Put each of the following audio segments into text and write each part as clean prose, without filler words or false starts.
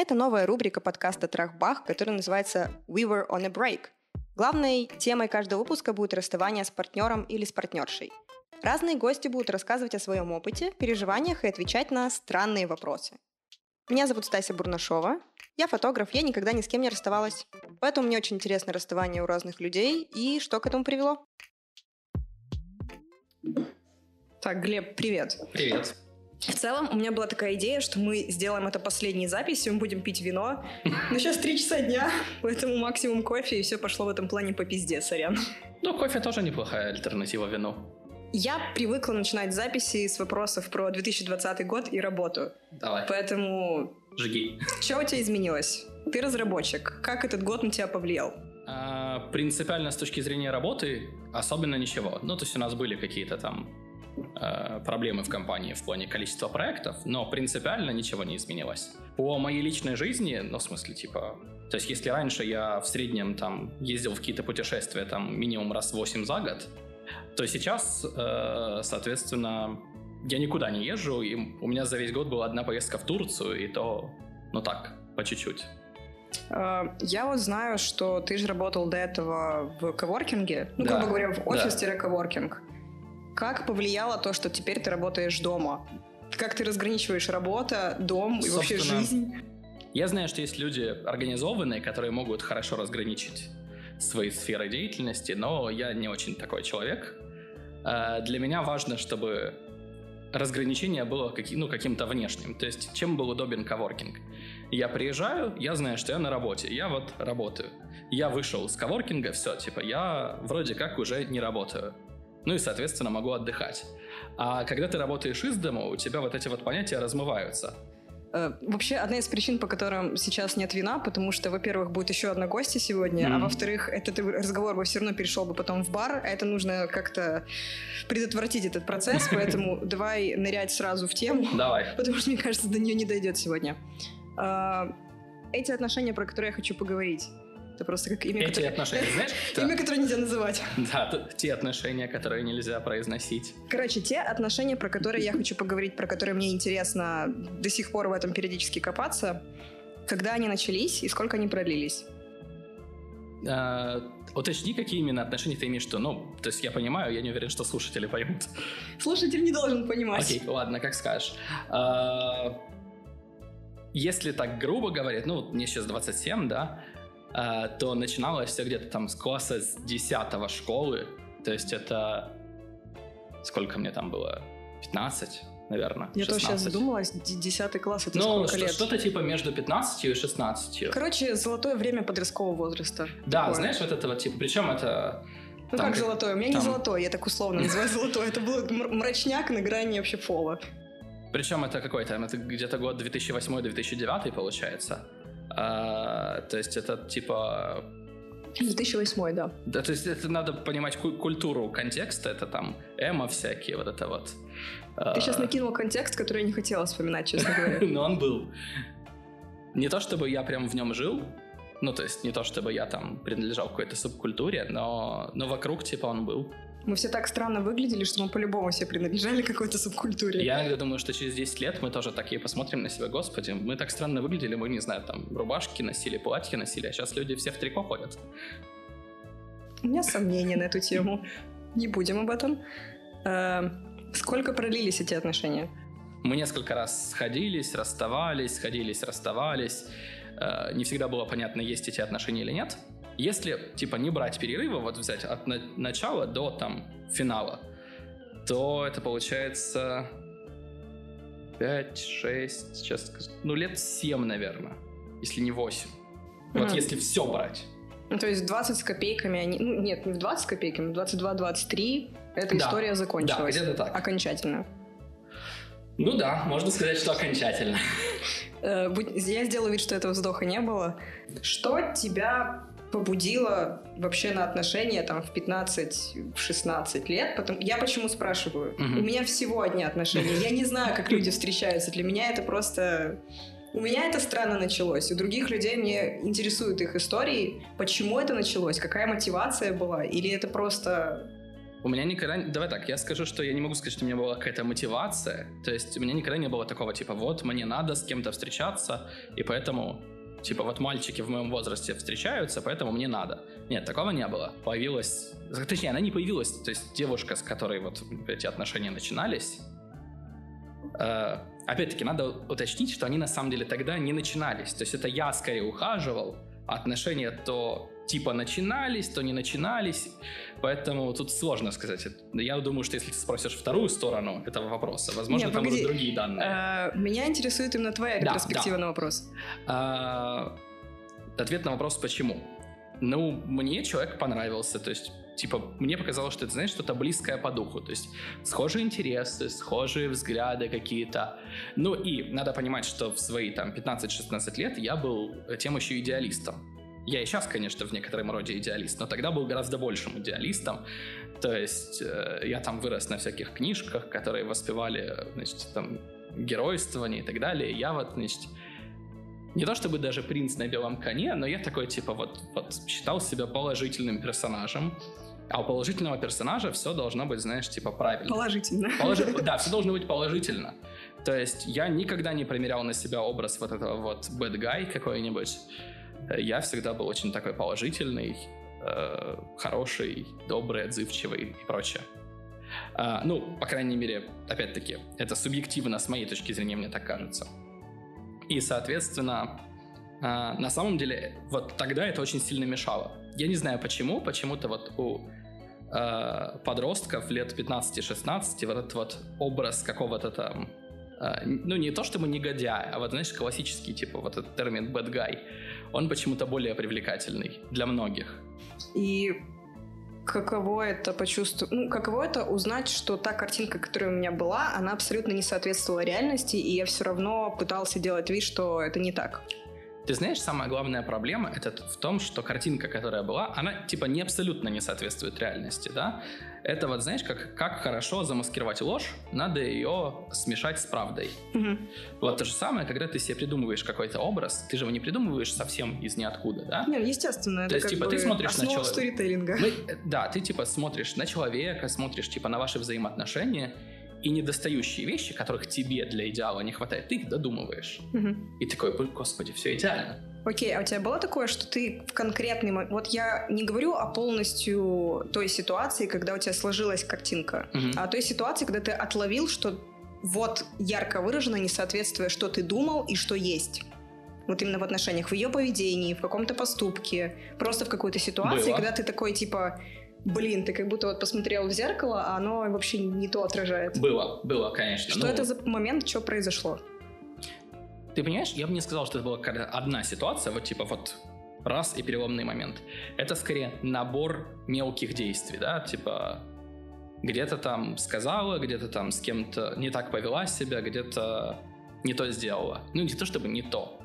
Это новая рубрика подкаста «Трах-бах», которая называется «We were on a break». Главной темой каждого выпуска будет расставание с партнером или с партнершей. Разные гости будут рассказывать о своем опыте, переживаниях и отвечать на странные вопросы. Меня зовут Стася Бурнашова. Я фотограф, я никогда ни с кем не расставалась. Поэтому мне очень интересно расставание у разных людей и что к этому привело. Так, Глеб, привет. Привет. В целом, у меня была такая идея, что мы сделаем это последней записью, мы будем пить вино. Но сейчас 3 часа дня, поэтому максимум кофе, и все пошло в этом плане по пизде, сорян. Ну, кофе тоже неплохая альтернатива вину. Я привыкла начинать записи с вопросов про 2020 год и работу. Давай. Поэтому... Жги. Что у тебя изменилось? Ты разработчик. Как этот год на тебя повлиял? Принципиально с точки зрения работы особенно ничего. Ну, то есть у нас были какие-то там проблемы в компании в плане количества проектов, но принципиально ничего не изменилось. По моей личной жизни, ну, в смысле, типа... То есть если раньше я в среднем там ездил в какие-то путешествия там минимум раз 8 за год, то сейчас, соответственно, я никуда не езжу, и у меня за весь год была одна поездка в Турцию, и то, ну так, по чуть-чуть. Я вот знаю, что ты же работал до этого в коворкинге, ну, да, грубо говоря, в офис-коворкинг. Как повлияло то, что теперь ты работаешь дома? Как ты разграничиваешь работа, дом и вообще жизнь? Я знаю, что есть люди организованные, которые могут хорошо разграничить свои сферы деятельности, но я не очень такой человек. Для меня важно, чтобы разграничение было каким-то внешним. То есть, чем был удобен коворкинг? Я приезжаю, я знаю, что я на работе, я вот работаю. Я вышел с коворкинга, все, типа, я вроде как уже не работаю. Ну и, соответственно, могу отдыхать. А когда ты работаешь из дома, у тебя вот эти вот понятия размываются. Вообще, одна из причин, по которым сейчас нет вина, потому что, во-первых, будет еще одна гостья сегодня, а во-вторых, этот разговор бы все равно перешел бы потом в бар, а это нужно как-то предотвратить этот процесс, поэтому давай нырять сразу в тему. Давай. Потому что, мне кажется, до нее не дойдет сегодня. Эти отношения, про которые я хочу поговорить, это просто как имя, отношения, знаешь? Имя, которое нельзя называть. Да, те отношения, которые нельзя произносить. Короче, те отношения, про которые я хочу поговорить, про которые мне интересно до сих пор в этом периодически копаться, когда они начались и сколько они продлились. Уточни, какие именно отношения ты имеешь в виду. Ну, то есть я понимаю, я не уверен, что слушатели поймут. Слушатель не должен понимать. Окей, ладно, как скажешь. Если так грубо говорить, ну, мне сейчас 27, да, то начиналось все где-то там с класса с 10 школы. То есть это... Сколько мне там было? 15, наверное, 16. Я тоже сейчас задумалась. 10 класс — это сколько лет? Что-то типа между 15 и 16. Короче, золотое время подросткового возраста. Да, такое. Знаешь, вот это вот типа... Причем это... Ну как золотое? У меня не золотое, я так условно называю золотое. Это был мрачняк на грани вообще пола. Причем это какой-то... Это где-то год 2008-2009 получается. То есть это типа... 2008, да. Да, то есть это надо понимать культуру контекста, это там эмо всякие, вот это вот. Ты сейчас накинул контекст, который я не хотела вспоминать, честно говоря. Но он был. Не то чтобы я прям в нем жил, ну то есть не то чтобы я там принадлежал к какой-то субкультуре, но вокруг типа он был. Мы все так странно выглядели, что мы по-любому все принадлежали какой-то субкультуре. Я иногда думаю, что через 10 лет мы тоже такие посмотрим на себя, господи, мы так странно выглядели, мы, не знаю, там, рубашки носили, платья носили, а сейчас люди все в трико ходят. У меня сомнения на эту тему. Не будем об этом. Сколько продлились эти отношения? Мы несколько раз сходились, расставались. Не всегда было понятно, есть эти отношения или нет. Если, типа, не брать перерыва, вот взять от начала до, там, финала, то это получается 5, 6, сейчас скажу, лет 7, наверное, если не 8. Вот если все брать. Ну, то есть 20 с копейками, они... Ну, нет, не в 20 с копейками, в 22-23 эта история закончилась. Да, где-то так. Окончательно. Ну да, можно сказать, что окончательно. Я сделаю вид, что этого вздоха не было. Что тебя побудило вообще на отношения там в 15-16 лет? Я почему спрашиваю? У меня всего одни отношения. Я не знаю, как люди встречаются. Для меня это просто... У меня это странно началось. У других людей мне интересуют их истории. Почему это началось? Какая мотивация была? Или это просто У меня никогда... Давай так, я скажу, что я не могу сказать, что у меня была какая-то мотивация. То есть у меня никогда не было такого, типа, вот, мне надо с кем-то встречаться, и поэтому, типа, вот мальчики в моем возрасте встречаются, поэтому мне надо. Нет, такого не было. Появилась... Точнее, она не появилась. То есть девушка, с которой вот эти отношения начинались... Опять-таки, надо уточнить, что они на самом деле тогда не начинались. То есть это я скорее ухаживал, а отношения то типа начинались, то не начинались. Поэтому тут сложно сказать. Я думаю, что если ты спросишь вторую сторону этого вопроса, возможно, там будут другие данные. Меня интересует именно твоя ретроспектива на вопрос. Ответ на вопрос «почему?». Ну, мне человек понравился, то есть, типа, мне показалось, что это, знаешь, что-то близкое по духу, то есть, схожие интересы, схожие взгляды какие-то. Ну, и надо понимать, что в свои, там, 15-16 лет я был тем еще идеалистом. Я и сейчас, конечно, в некотором роде идеалист, но тогда был гораздо большим идеалистом. То есть, я там вырос на всяких книжках, которые воспевали, значит, там, геройствование и так далее. Я вот, значит... Не то чтобы даже принц на белом коне, но я такой, типа, вот считал себя положительным персонажем. А у положительного персонажа все должно быть, знаешь, типа, правильно. Положительно. Да, все должно быть положительно. То есть я никогда не примерял на себя образ вот этого вот bad guy какой-нибудь. Я всегда был очень такой положительный, хороший, добрый, отзывчивый и прочее. Ну, по крайней мере, опять-таки, это субъективно, с моей точки зрения, мне так кажется. И, соответственно, на самом деле, вот тогда это очень сильно мешало. Я не знаю почему, почему-то вот у подростков лет 15-16 вот этот вот образ какого-то там, ну, не то чтобы негодяя, а вот, знаешь, классический, типа, вот этот термин bad guy, он почему-то более привлекательный для многих. И каково это почувствовать, ну, каково это узнать, что та картинка, которая у меня была, она абсолютно не соответствовала реальности, и я все равно пытался делать вид, что это не так. Ты знаешь, самая главная проблема это в том, что картинка, которая была, она типа не абсолютно не соответствует реальности, да? Это вот, знаешь, как хорошо замаскировать ложь, надо ее смешать с правдой. Угу. Вот то же самое, когда ты себе придумываешь какой-то образ, ты же его не придумываешь совсем из ниоткуда, да? Нет, естественно, то это есть, типа, ты смотришь основа на человека. сторителлинга. Да, ты типа смотришь на человека, смотришь типа на ваши взаимоотношения, и недостающие вещи, которых тебе для идеала не хватает, ты их додумываешь. Угу. И такой, господи, все идеально. Окей, а у тебя было такое, что ты в конкретный момент... Вот я не говорю о полностью той ситуации, когда у тебя сложилась картинка, а о той ситуации, когда ты отловил, что вот ярко выражено несоответствие, что ты думал и что есть. Вот именно в отношениях, в ее поведении, в каком-то поступке, просто в какой-то ситуации, было. Когда ты такой, типа... Блин, ты как будто вот посмотрел в зеркало, а оно вообще не то отражает. Было, конечно. Что это за момент, что произошло? Ты понимаешь, я бы не сказал, что это была какая-то одна ситуация, вот типа вот раз и переломный момент. Это скорее набор мелких действий, да, типа где-то там сказала, где-то там с кем-то не так повела себя, где-то не то сделала. Ну, не то чтобы не то,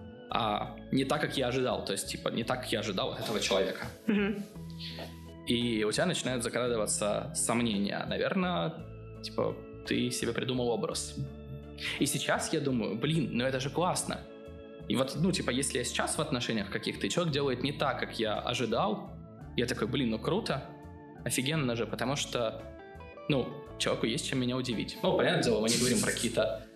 а не так, как я ожидал. То есть, типа, не так, как я ожидал от этого человека. Угу. И у тебя начинают закрадываться сомнения. Наверное, типа, ты себе придумал образ. И сейчас я думаю, блин, ну это же классно. И вот, ну, типа, если я сейчас в отношениях каких-то, и человек делает не так, как я ожидал, я такой, блин, ну круто, офигенно же, потому что, ну, человеку есть чем меня удивить. Ну, понятное дело, мы не говорим про какие-то...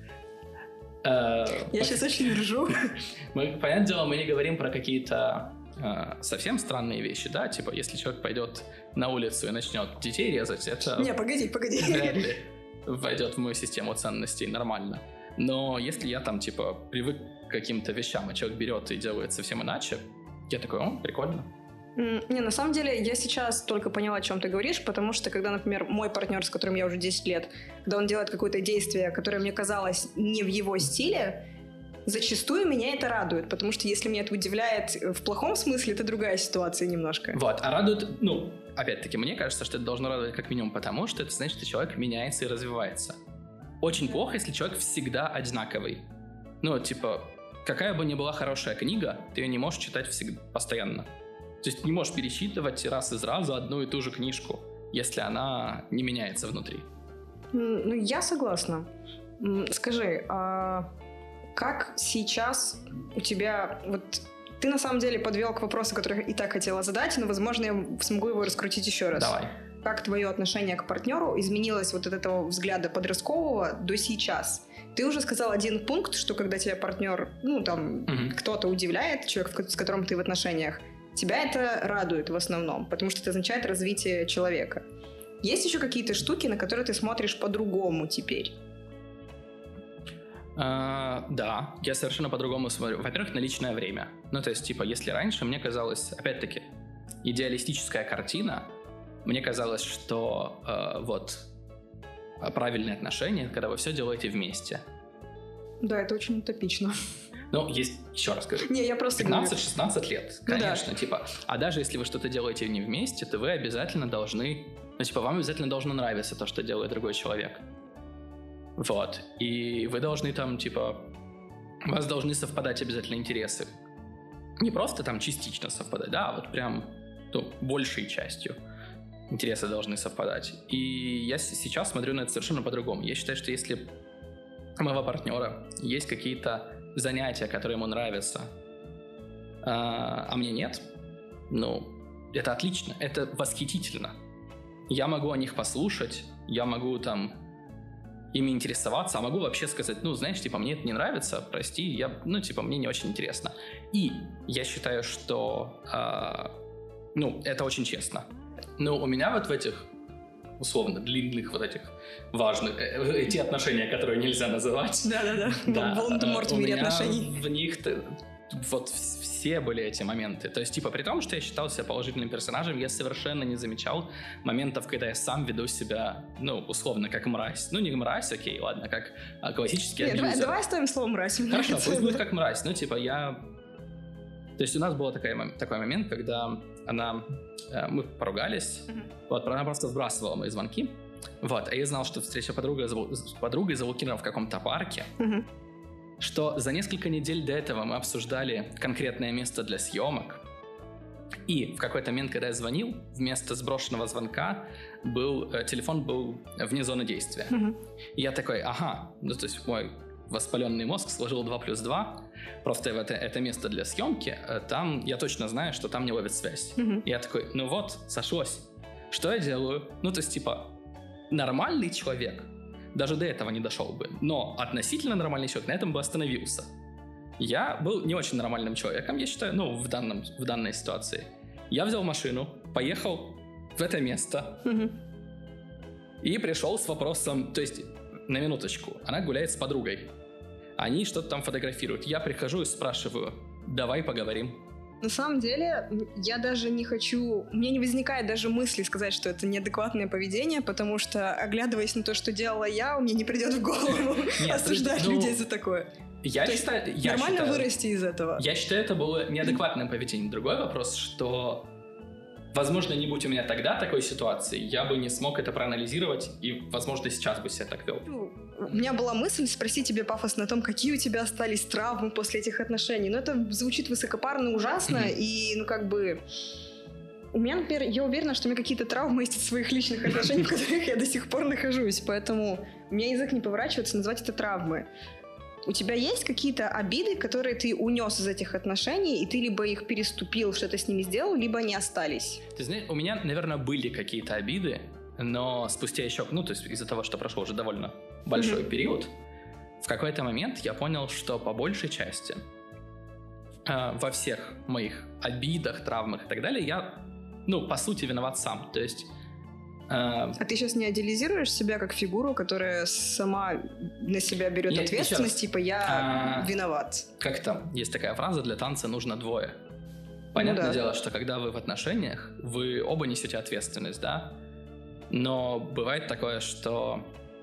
Я сейчас очень ржу. Понятное дело, мы не говорим про какие-то совсем странные вещи, да, типа, если человек пойдет на улицу и начнет детей резать, это... Не, погоди. Вряд ли войдет в мою систему ценностей нормально. Но если я там, типа, привык к каким-то вещам, и человек берет и делает совсем иначе, я такой, прикольно. Не, на самом деле, я сейчас только поняла, о чем ты говоришь, потому что, когда, например, мой партнер, с которым я уже 10 лет, когда он делает какое-то действие, которое мне казалось не в его стиле, зачастую меня это радует, потому что если меня это удивляет в плохом смысле, это другая ситуация немножко. Вот, а радует, ну, опять-таки, мне кажется, что это должно радовать как минимум потому, что это значит, что человек меняется и развивается. Очень плохо, если человек всегда одинаковый. Ну, типа, какая бы ни была хорошая книга, ты ее не можешь читать всегда, постоянно. То есть не можешь пересчитывать раз из раза одну и ту же книжку, если она не меняется внутри. Ну, я согласна. Скажи, а как сейчас у тебя... Вот ты на самом деле подвел к вопросу, который я и так хотела задать, но, возможно, я смогу его раскрутить еще раз. Давай. как твое отношение к партнеру изменилось вот от этого взгляда подросткового до сейчас. Ты уже сказал один пункт, что когда тебя партнер, кто-то удивляет, человек, с которым ты в отношениях, тебя это радует в основном, потому что это означает развитие человека. Есть еще какие-то штуки, на которые ты смотришь по-другому теперь? Да, я совершенно по-другому смотрю. Во-первых, на личное время. То есть, если раньше мне казалось, опять-таки, идеалистическая картина, мне казалось, что правильные отношения, когда вы все делаете вместе. Да, это очень утопично. Есть, еще раз говорю, не, я просто 15-16 лет, конечно, а даже если вы что-то делаете не вместе, то вы обязательно должны, вам обязательно должно нравиться то, что делает другой человек. И вы должны у вас должны совпадать обязательно интересы. Не просто частично совпадать, прям, большей частью интересы должны совпадать. И я сейчас смотрю на это совершенно по-другому. Я считаю, что если у моего партнера есть какие-то занятия, которые ему нравятся, а мне нет, это отлично, это восхитительно. Я могу о них послушать, я могу ими интересоваться, а могу вообще сказать, мне это не нравится, прости, мне не очень интересно. И я считаю, что, это очень честно. Но у меня в этих, условно, длинных этих важных, эти отношения, которые нельзя называть. Да, Волан-де-Морт в мире отношений. В них все были эти моменты. То есть, при том, что я считал себя положительным персонажем, я совершенно не замечал моментов, когда я сам веду себя, условно, как мразь. Не мразь, окей, ладно, как классический абьюзер. Давай оставим слово «мразь». Хорошо, пусть будет как мразь. То есть у нас был такой момент, когда мы поругались, она просто сбрасывала мои звонки, а я знал, что встреча с подругой заблокирована в каком-то парке, что за несколько недель до этого мы обсуждали конкретное место для съемок, и в какой-то момент, когда я звонил, вместо сброшенного звонка телефон был вне зоны действия. И я такой, то есть мой воспаленный мозг сложил 2 + 2, просто это место для съемки, там я точно знаю, что там не ловит связь. И я такой, сошлось. Что я делаю? Нормальный человек даже до этого не дошел бы, но относительно нормальный человек на этом бы остановился. Я был не очень нормальным человеком, я считаю, в данной ситуации. Я взял машину, поехал в это место и пришел с вопросом, то есть, на минуточку, она гуляет с подругой. Они что-то там фотографируют. Я прихожу и спрашиваю, давай поговорим. На самом деле, я даже не хочу... У меня не возникает даже мысли сказать, что это неадекватное поведение, потому что, оглядываясь на то, что делала я, мне не придет в голову осуждать людей за такое. Нормально вырасти из этого. Я считаю, это было неадекватным поведением. Другой вопрос, что... Возможно, не будь у меня тогда такой ситуации, я бы не смог это проанализировать, и, возможно, сейчас бы себя так вел. У меня была мысль спросить тебе пафосно о том, какие у тебя остались травмы после этих отношений. Но это звучит высокопарно, ужасно, и, у меня, например, я уверена, что у меня какие-то травмы есть от своих личных отношений, в которых я до сих пор нахожусь, поэтому у меня язык не поворачивается назвать это травмы. У тебя есть какие-то обиды, которые ты унес из этих отношений, и ты либо их переступил, что-то с ними сделал, либо они остались? Ты знаешь, у меня, наверное, были какие-то обиды, но спустя еще, то есть из-за того, что прошел уже довольно большой период, в какой-то момент я понял, что по большей части во всех моих обидах, травмах и так далее я, по сути, виноват сам. То есть... А ты сейчас не идеализируешь себя как фигуру, которая сама на себя берет ответственность, я виноват? Как там? Есть такая фраза: для танца нужно двое. Понятное дело, что когда вы в отношениях, вы оба несете ответственность, да? Но бывает такое, что...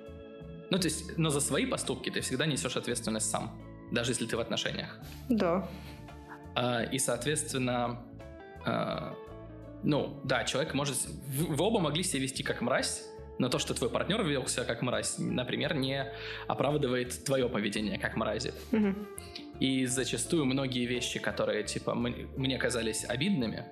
но за свои поступки ты всегда несешь ответственность сам, даже если ты в отношениях. Да. И, соответственно... человек может... Вы оба могли себя вести как мразь, но то, что твой партнер вел себя как мразь, например, не оправдывает твое поведение как мрази. И зачастую многие вещи, которые, мне казались обидными,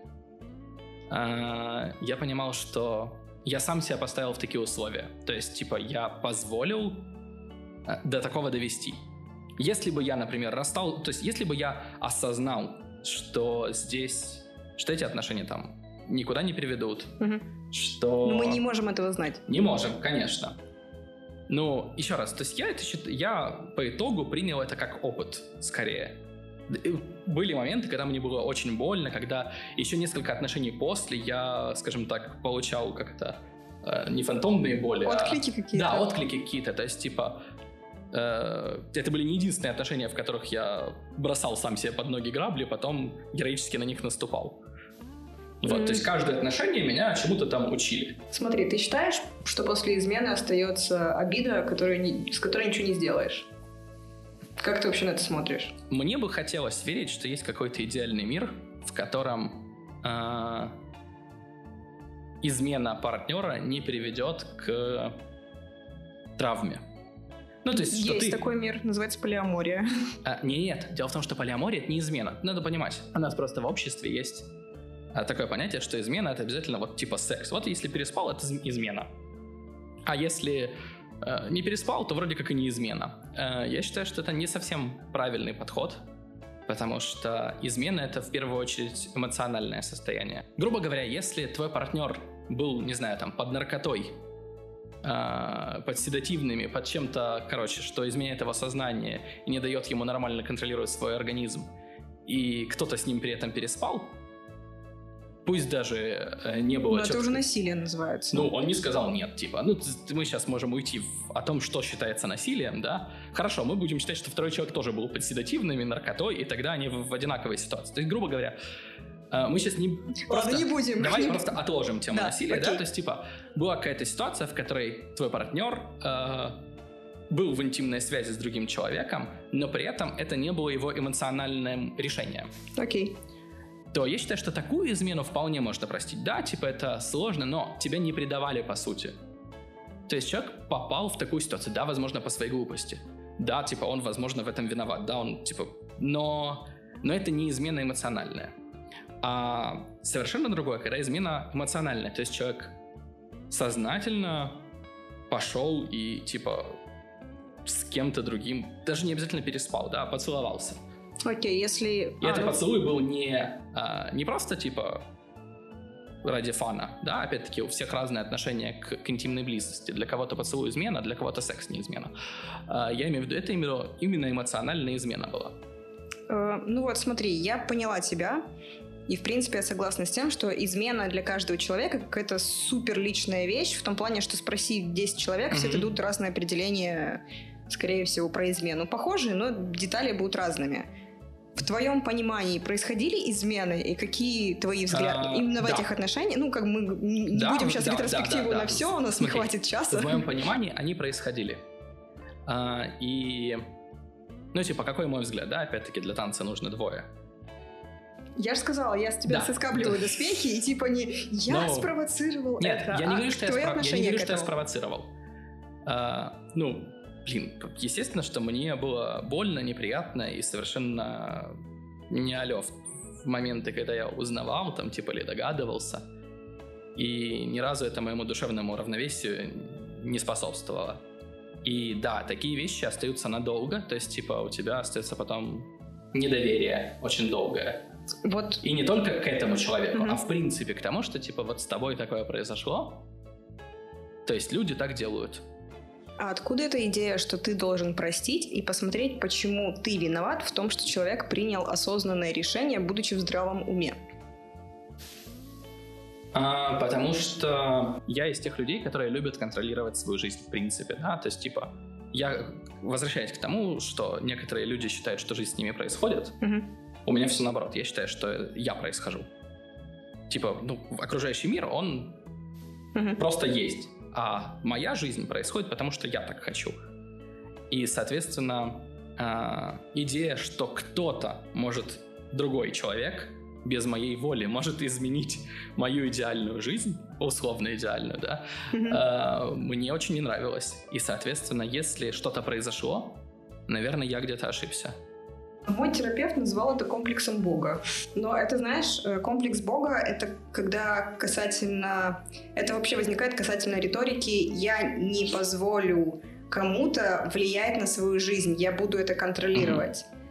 я понимал, что я сам себя поставил в такие условия. То есть, я позволил до такого довести. Если бы я, например, то есть, если бы я осознал, что эти отношения никуда не приведут, что... Но мы не можем этого знать. Не можем, конечно. Ну, еще раз, то есть я по итогу принял это как опыт, скорее. Были моменты, когда мне было очень больно, когда еще несколько отношений после я, скажем так, получал как-то не фантомные боли, отклики какие-то. Да, отклики какие-то, то есть типа это были не единственные отношения, в которых я бросал сам себе под ноги грабли, потом героически на них наступал. Вот, то есть каждое отношение меня чему-то там учили. Смотри, ты считаешь, что после измены остается обида, с которой ничего не сделаешь? Как ты вообще на это смотришь? Мне бы хотелось верить, что есть какой-то идеальный мир, в котором измена партнера не приведет к травме. Ну, то есть, есть такой мир, называется полиамория. Нет, дело в том, что полиамория — это не измена. Надо понимать. У нас просто в обществе есть такое понятие, что измена — это обязательно вот типа секс. Вот если переспал, это измена. А если не переспал, то вроде как и не измена. Я считаю, что это не совсем правильный подход, потому что измена — это в первую очередь эмоциональное состояние. Грубо говоря, если твой партнер был, не знаю, там, под наркотой, под седативными, под чем-то, короче, что изменяет его сознание и не дает ему нормально контролировать свой организм, и кто-то с ним при этом переспал, пусть даже не было... Но это уже насилие называется. Ну, он не сказал нет, типа, ну, мы сейчас можем уйти о том, что считается насилием, да? Хорошо, мы будем считать, что второй человек тоже был под седативными, наркотой, и тогда они в одинаковой ситуации. То есть, грубо говоря, мы сейчас не... Ладно, не будем. Давай просто отложим тему насилия, окей. да? То есть, типа, была какая-то ситуация, в которой твой партнер был в интимной связи с другим человеком, но при этом это не было его эмоциональным решением. Окей. То я считаю, что такую измену вполне можно простить. Да, типа это сложно, но тебя не предавали по сути. То есть человек попал в такую ситуацию, да, возможно, по своей глупости. Да, типа он, возможно, в этом виноват. Да, он, типа, но это не измена эмоциональная. А совершенно другое, когда измена эмоциональная. То есть человек сознательно пошел и, типа, с кем-то другим, даже не обязательно переспал, да, поцеловался. Окей, если... И этот поцелуй был не просто, типа, ради фана, да, опять-таки у всех разные отношения к интимной близости. Для кого-то поцелуй измена, для кого-то секс не измена. Я имею в виду, это именно эмоциональная измена была. Ну вот, смотри, я поняла тебя, и, в принципе, я согласна с тем, что измена для каждого человека какая-то супер личная вещь, в том плане, что спроси 10 человек, все дадут разные определения, скорее всего, про измену. Похожие, но детали будут разными. В твоем понимании происходили измены, и какие твои взгляды именно в этих отношениях? Ну, как мы не будем сейчас ретроспективу на все, у нас не хватит часа. В моем понимании они происходили. И, ну, типа, какой мой взгляд, да, опять-таки, для танца нужно двое. Я же сказала, я с тебя соскабливаю доспехи, и типа не я спровоцировал это. Нет, я не говорю, что я спровоцировал. Ну, блин, естественно, что мне было больно, неприятно и совершенно не алё в моменты, когда я узнавал, там, типа, или догадывался. И ни разу это моему душевному равновесию не способствовало. И да, такие вещи остаются надолго, то есть, типа, у тебя остается потом недоверие очень долгое. Вот. И не только к этому человеку, а в принципе к тому, что, типа, вот с тобой такое произошло. То есть люди так делают. А откуда эта идея, что ты должен простить и посмотреть, почему ты виноват в том, что человек принял осознанное решение, будучи в здравом уме? Потому что я из тех людей, которые любят контролировать свою жизнь в принципе, да, то есть, типа, я возвращаюсь к тому, что некоторые люди считают, что жизнь с ними происходит. У меня все наоборот, я считаю, что я происхожу. Типа, ну, окружающий мир, он просто есть. А моя жизнь происходит, потому что я так хочу. И, соответственно, идея, что кто-то может, другой человек, без моей воли, может изменить мою идеальную жизнь, условно идеальную, да, мне очень не нравилось. И, соответственно, если что-то произошло, наверное, я где-то ошибся. Мой терапевт назвал это комплексом Бога. Но это, знаешь, комплекс Бога — это когда касательно... Это вообще возникает касательно риторики «я не позволю кому-то влиять на свою жизнь, я буду это контролировать».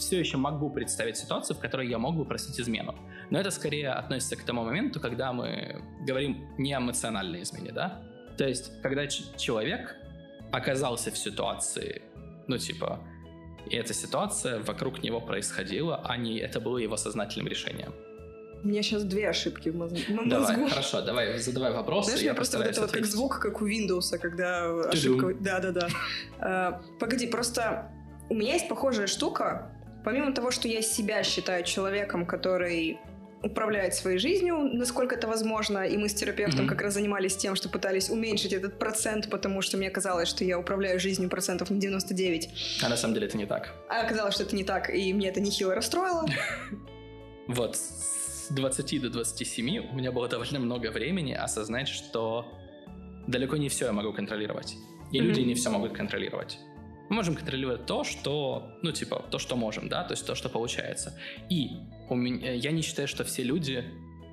все еще могу представить ситуацию, в которой я мог бы простить измену. Но это скорее относится к тому моменту, когда мы говорим не о эмоциональной измене, да? То есть, когда человек оказался в ситуации, ну, типа, и эта ситуация вокруг него происходила, а не это было его сознательным решением. У меня сейчас 2 ошибки в мозгу. Давай, хорошо, давай, задавай вопросы. Знаешь, я просто вот это вот как звук, как у Windows, когда ошибка... Да. Погоди, просто у меня есть похожая штука. Помимо того, что я себя считаю человеком, который управляет своей жизнью, насколько это возможно, и мы с терапевтом как раз занимались тем, что пытались уменьшить этот процент, потому что мне казалось, что я управляю жизнью процентов на 99. А на самом деле это не так. А оказалось, что это не так, и мне это нехило расстроило. Вот, с 20 до 27 у меня было довольно много времени осознать, что далеко не все я могу контролировать. И люди не все могут контролировать. Мы можем контролировать то, что, ну, типа, то, что можем, да, то есть то, что получается. И я не считаю, что все люди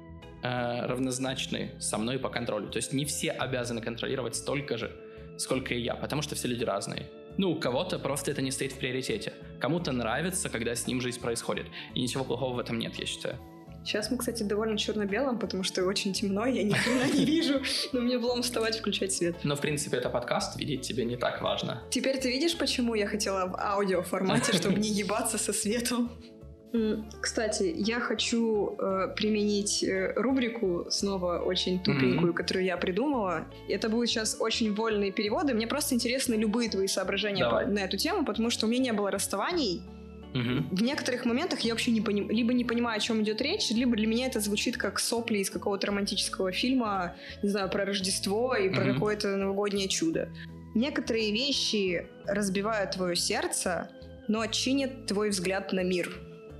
равнозначны со мной по контролю. То есть не все обязаны контролировать столько же, сколько и я, потому что все люди разные. Ну, у кого-то просто это не стоит в приоритете. Кому-то нравится, когда с ним жизнь происходит. И ничего плохого в этом нет, я считаю. Сейчас мы, кстати, довольно черно-белом, потому что очень темно, я ни хрена не вижу, но мне влом вставать, включать свет. Но, в принципе, это подкаст, видеть тебе не так важно. Теперь ты видишь, почему я хотела в аудиоформате, чтобы не ебаться со светом? Кстати, я хочу применить рубрику, снова очень тупенькую, которую я придумала. Это будут сейчас очень вольные переводы. Мне просто интересны любые твои соображения на эту тему, потому что у меня не было расставаний. В некоторых моментах я вообще либо не понимаю, о чем идет речь, либо для меня это звучит как сопли из какого-то романтического фильма, не знаю, про Рождество и про какое-то новогоднее чудо. Некоторые вещи разбивают твое сердце, но чинят твой взгляд на мир.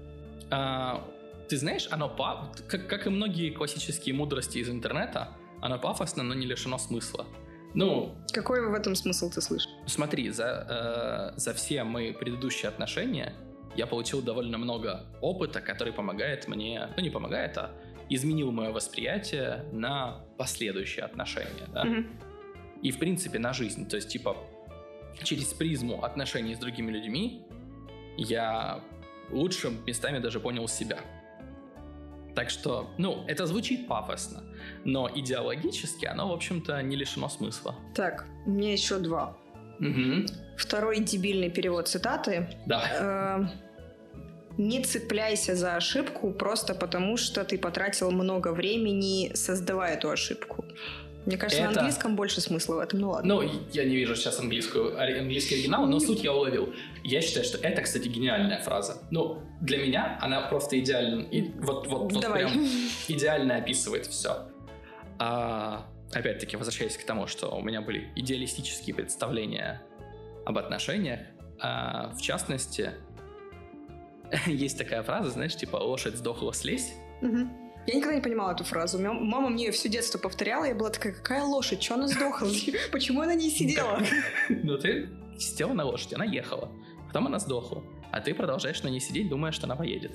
Ты знаешь, оно как и многие классические мудрости из интернета, оно пафосно, но не лишено смысла. Ну, какой в этом смысл ты слышишь? Смотри, за все мои предыдущие отношения я получил довольно много опыта, который помогает мне, ну не помогает, а изменил мое восприятие на последующие отношения, да? И в принципе на жизнь, то есть типа через призму отношений с другими людьми я лучше местами даже понял себя. Так что, ну, это звучит пафосно, но идеологически оно, в общем-то, не лишено смысла. Так, у меня еще 2. Второй дебильный перевод цитаты. Да. Не цепляйся за ошибку просто потому, что ты потратил много времени, создавая эту ошибку. Мне кажется, на английском больше смысла в этом, ну ладно. Ну, я не вижу сейчас английский оригинал, но суть я уловил. Я считаю, что это, кстати, гениальная фраза. Ну, для меня она просто идеально, вот прям идеально описывает все. Опять-таки, возвращаясь к тому, что у меня были идеалистические представления об отношениях, в частности, есть такая фраза, знаешь, типа «лошадь сдохла, слезь». Я никогда не понимала эту фразу. Мама мне ее все детство повторяла, я была такая: какая лошадь, что она сдохла? Почему она не сидела? Ну, ты сидела на лошади, она ехала, потом она сдохла, а ты продолжаешь на ней сидеть, думая, что она поедет.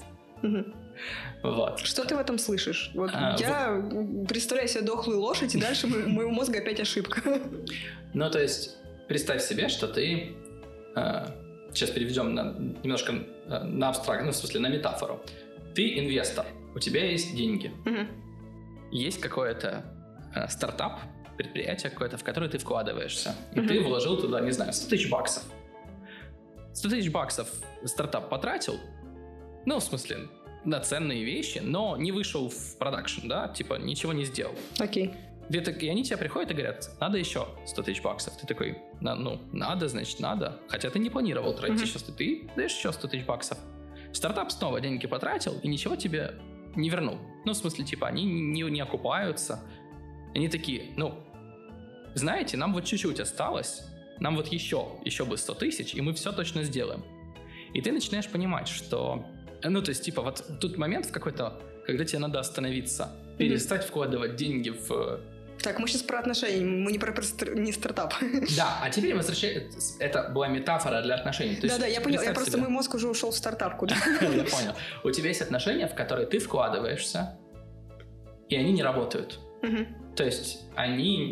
Вот. Что ты в этом слышишь? Вот я представляю себе дохлую лошадь, и дальше у моего мозга опять ошибка. Ну, то есть, представь себе, что ты... Сейчас переведем немножко на абстракт, ну, в смысле, на метафору. Ты инвестор, у тебя есть деньги. Есть какой-то стартап, предприятие какое-то, в которое ты вкладываешься. И ты вложил туда, не знаю, 100 тысяч баксов. 100 тысяч баксов стартап потратил, ну, в смысле, на ценные вещи, но не вышел в продакшн, да, типа ничего не сделал. Окей. И они тебе приходят и говорят: надо еще 100 тысяч баксов. Ты такой: ну, надо, значит, надо. Хотя ты не планировал тратить сейчас, ты даешь еще 100 тысяч баксов. Стартап снова деньги потратил и ничего тебе не вернул. Ну, в смысле, типа, они не окупаются. Они такие: ну, знаете, нам вот чуть-чуть осталось, нам вот еще бы 100 тысяч, и мы все точно сделаем. И ты начинаешь понимать, что... Ну, то есть, типа, вот тут момент в какой-то, когда тебе надо остановиться, перестать вкладывать деньги в... Так, мы сейчас про отношения, мы не про не стартап. Да, а теперь возвращается... Это была метафора для отношений. Да-да, я понял, просто мой мозг уже ушел в стартап куда. Я понял. У тебя есть отношения, в которые ты вкладываешься, и они не работают. То есть они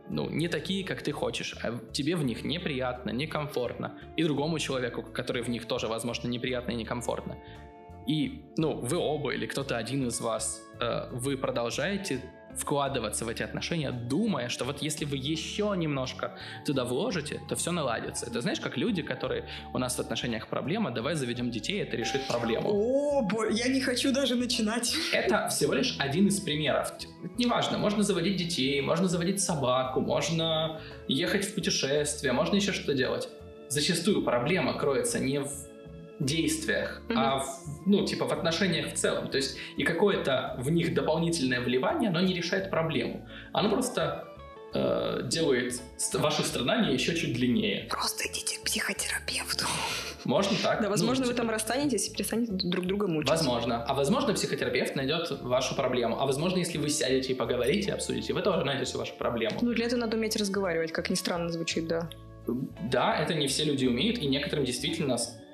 не такие, как ты хочешь, а тебе в них неприятно, некомфортно, и другому человеку, который в них тоже, возможно, неприятно и некомфортно. И, вы оба или кто-то один из вас, вы продолжаете вкладываться в эти отношения, думая, что вот если вы еще немножко туда вложите, то все наладится. Это знаешь, как люди, которые у нас в отношениях проблема, давай заведем детей, это решит проблему. Я не хочу даже начинать. Это всего лишь один из примеров. Неважно, можно заводить детей, можно заводить собаку, можно ехать в путешествие, можно еще что-то делать. Зачастую проблема кроется не в действиях, а в отношениях в целом. То есть и какое-то в них дополнительное вливание, оно не решает проблему. Оно просто делает ваши страдания еще чуть длиннее. Просто идите к психотерапевту. Можно так. Да, возможно, вы там расстанетесь и перестанете друг друга мучить. Возможно. А возможно, психотерапевт найдет вашу проблему. А возможно, если вы сядете и поговорите, обсудите, вы тоже найдете вашу проблему. Для этого надо уметь разговаривать, как ни странно звучит, да. Да, это не все люди умеют, и некоторым действительно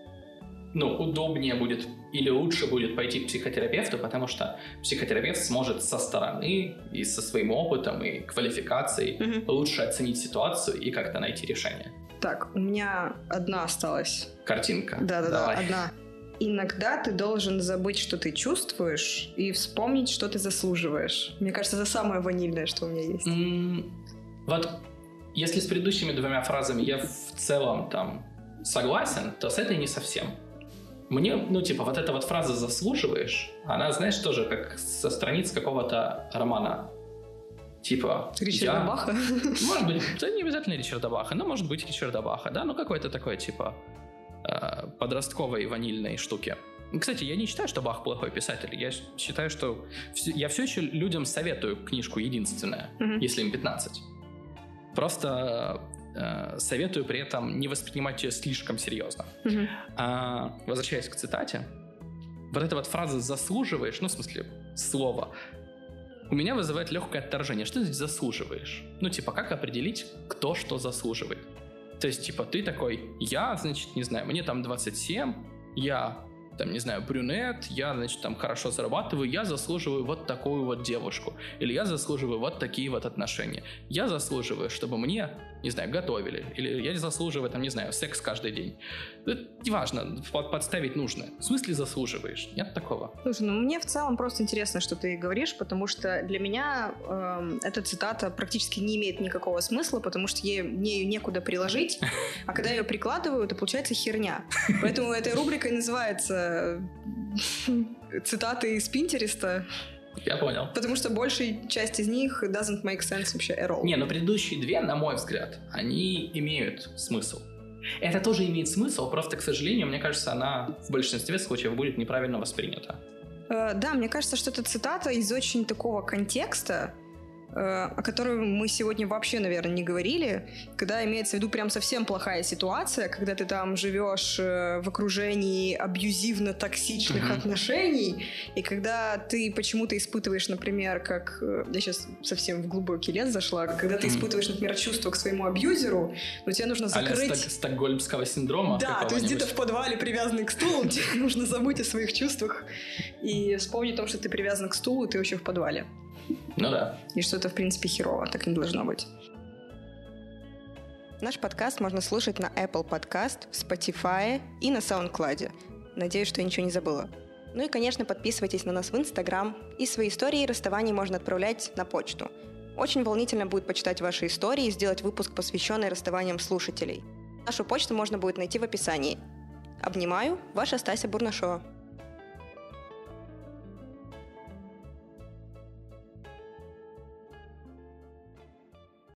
удобнее будет или лучше будет пойти к психотерапевту, потому что психотерапевт сможет со стороны и со своим опытом и квалификацией лучше оценить ситуацию и как-то найти решение. Так, у меня одна осталась. Картинка. Да, одна. Иногда ты должен забыть, что ты чувствуешь, и вспомнить, что ты заслуживаешь. Мне кажется, это самое ванильное, что у меня есть. Вот если с предыдущими двумя фразами я в целом там согласен, то с этой не совсем. Мне, вот эта вот фраза «заслуживаешь», она, знаешь, тоже как со страниц какого-то романа. Ричарда Баха? Может быть, это не обязательно Ричарда Баха, но может быть Ричарда Баха, да, какой-то такой, подростковой ванильной штуки. Кстати, я не считаю, что Бах плохой писатель. Я считаю, что я все еще людям советую книжку «Единственная», если им 15. Просто советую при этом не воспринимать ее слишком серьезно. Возвращаясь к цитате, вот эта вот фраза «заслуживаешь», в смысле слово, у меня вызывает легкое отторжение. Что значит «заслуживаешь»? Как определить, кто что заслуживает? То есть, ты такой, я, значит, не знаю, мне там 27, я там, не знаю, брюнет, я, значит, там хорошо зарабатываю, я заслуживаю вот такую вот девушку. Или я заслуживаю вот такие вот отношения. Я заслуживаю, чтобы мне, не знаю, готовили. Или я заслуживаю, там, не знаю, секс каждый день. Это неважно, подставить нужно. В смысле заслуживаешь? Нет такого. Слушай, мне в целом просто интересно, что ты говоришь, потому что для меня эта цитата практически не имеет никакого смысла, потому что мне ее некуда приложить, а когда я ее прикладываю, то получается херня. Поэтому эта рубрика и называется цитаты из Пинтереста. Я понял. Потому что большая часть из них doesn't make sense вообще at all. Предыдущие две, на мой взгляд, они имеют смысл. Это тоже имеет смысл, просто, к сожалению, мне кажется, она в большинстве случаев будет неправильно воспринята. Да, мне кажется, что эта цитата из очень такого контекста, о котором мы сегодня вообще, наверное, не говорили, когда имеется в виду прям совсем плохая ситуация, когда ты там живешь в окружении абьюзивно-токсичных отношений, и когда ты почему-то испытываешь, например, как... Я сейчас совсем в глубокий лес зашла. Когда ты испытываешь, например, чувство к своему абьюзеру, но тебе нужно закрыть... стокгольмского синдрома? Да, то есть где-то в подвале привязанный к стулу, тебе нужно забыть о своих чувствах и вспомнить о том, что ты привязан к стулу, и ты вообще в подвале. Да. И что это, в принципе, херово. Так не должно быть. Наш подкаст можно слушать на Apple Podcast, в Spotify и на SoundCloud. Надеюсь, что я ничего не забыла. И, конечно, подписывайтесь на нас в Instagram. И свои истории расставаний можно отправлять на почту. Очень волнительно будет почитать ваши истории и сделать выпуск, посвященный расставаниям слушателей. Нашу почту можно будет найти в описании. Обнимаю, ваша Стася Бурнашова.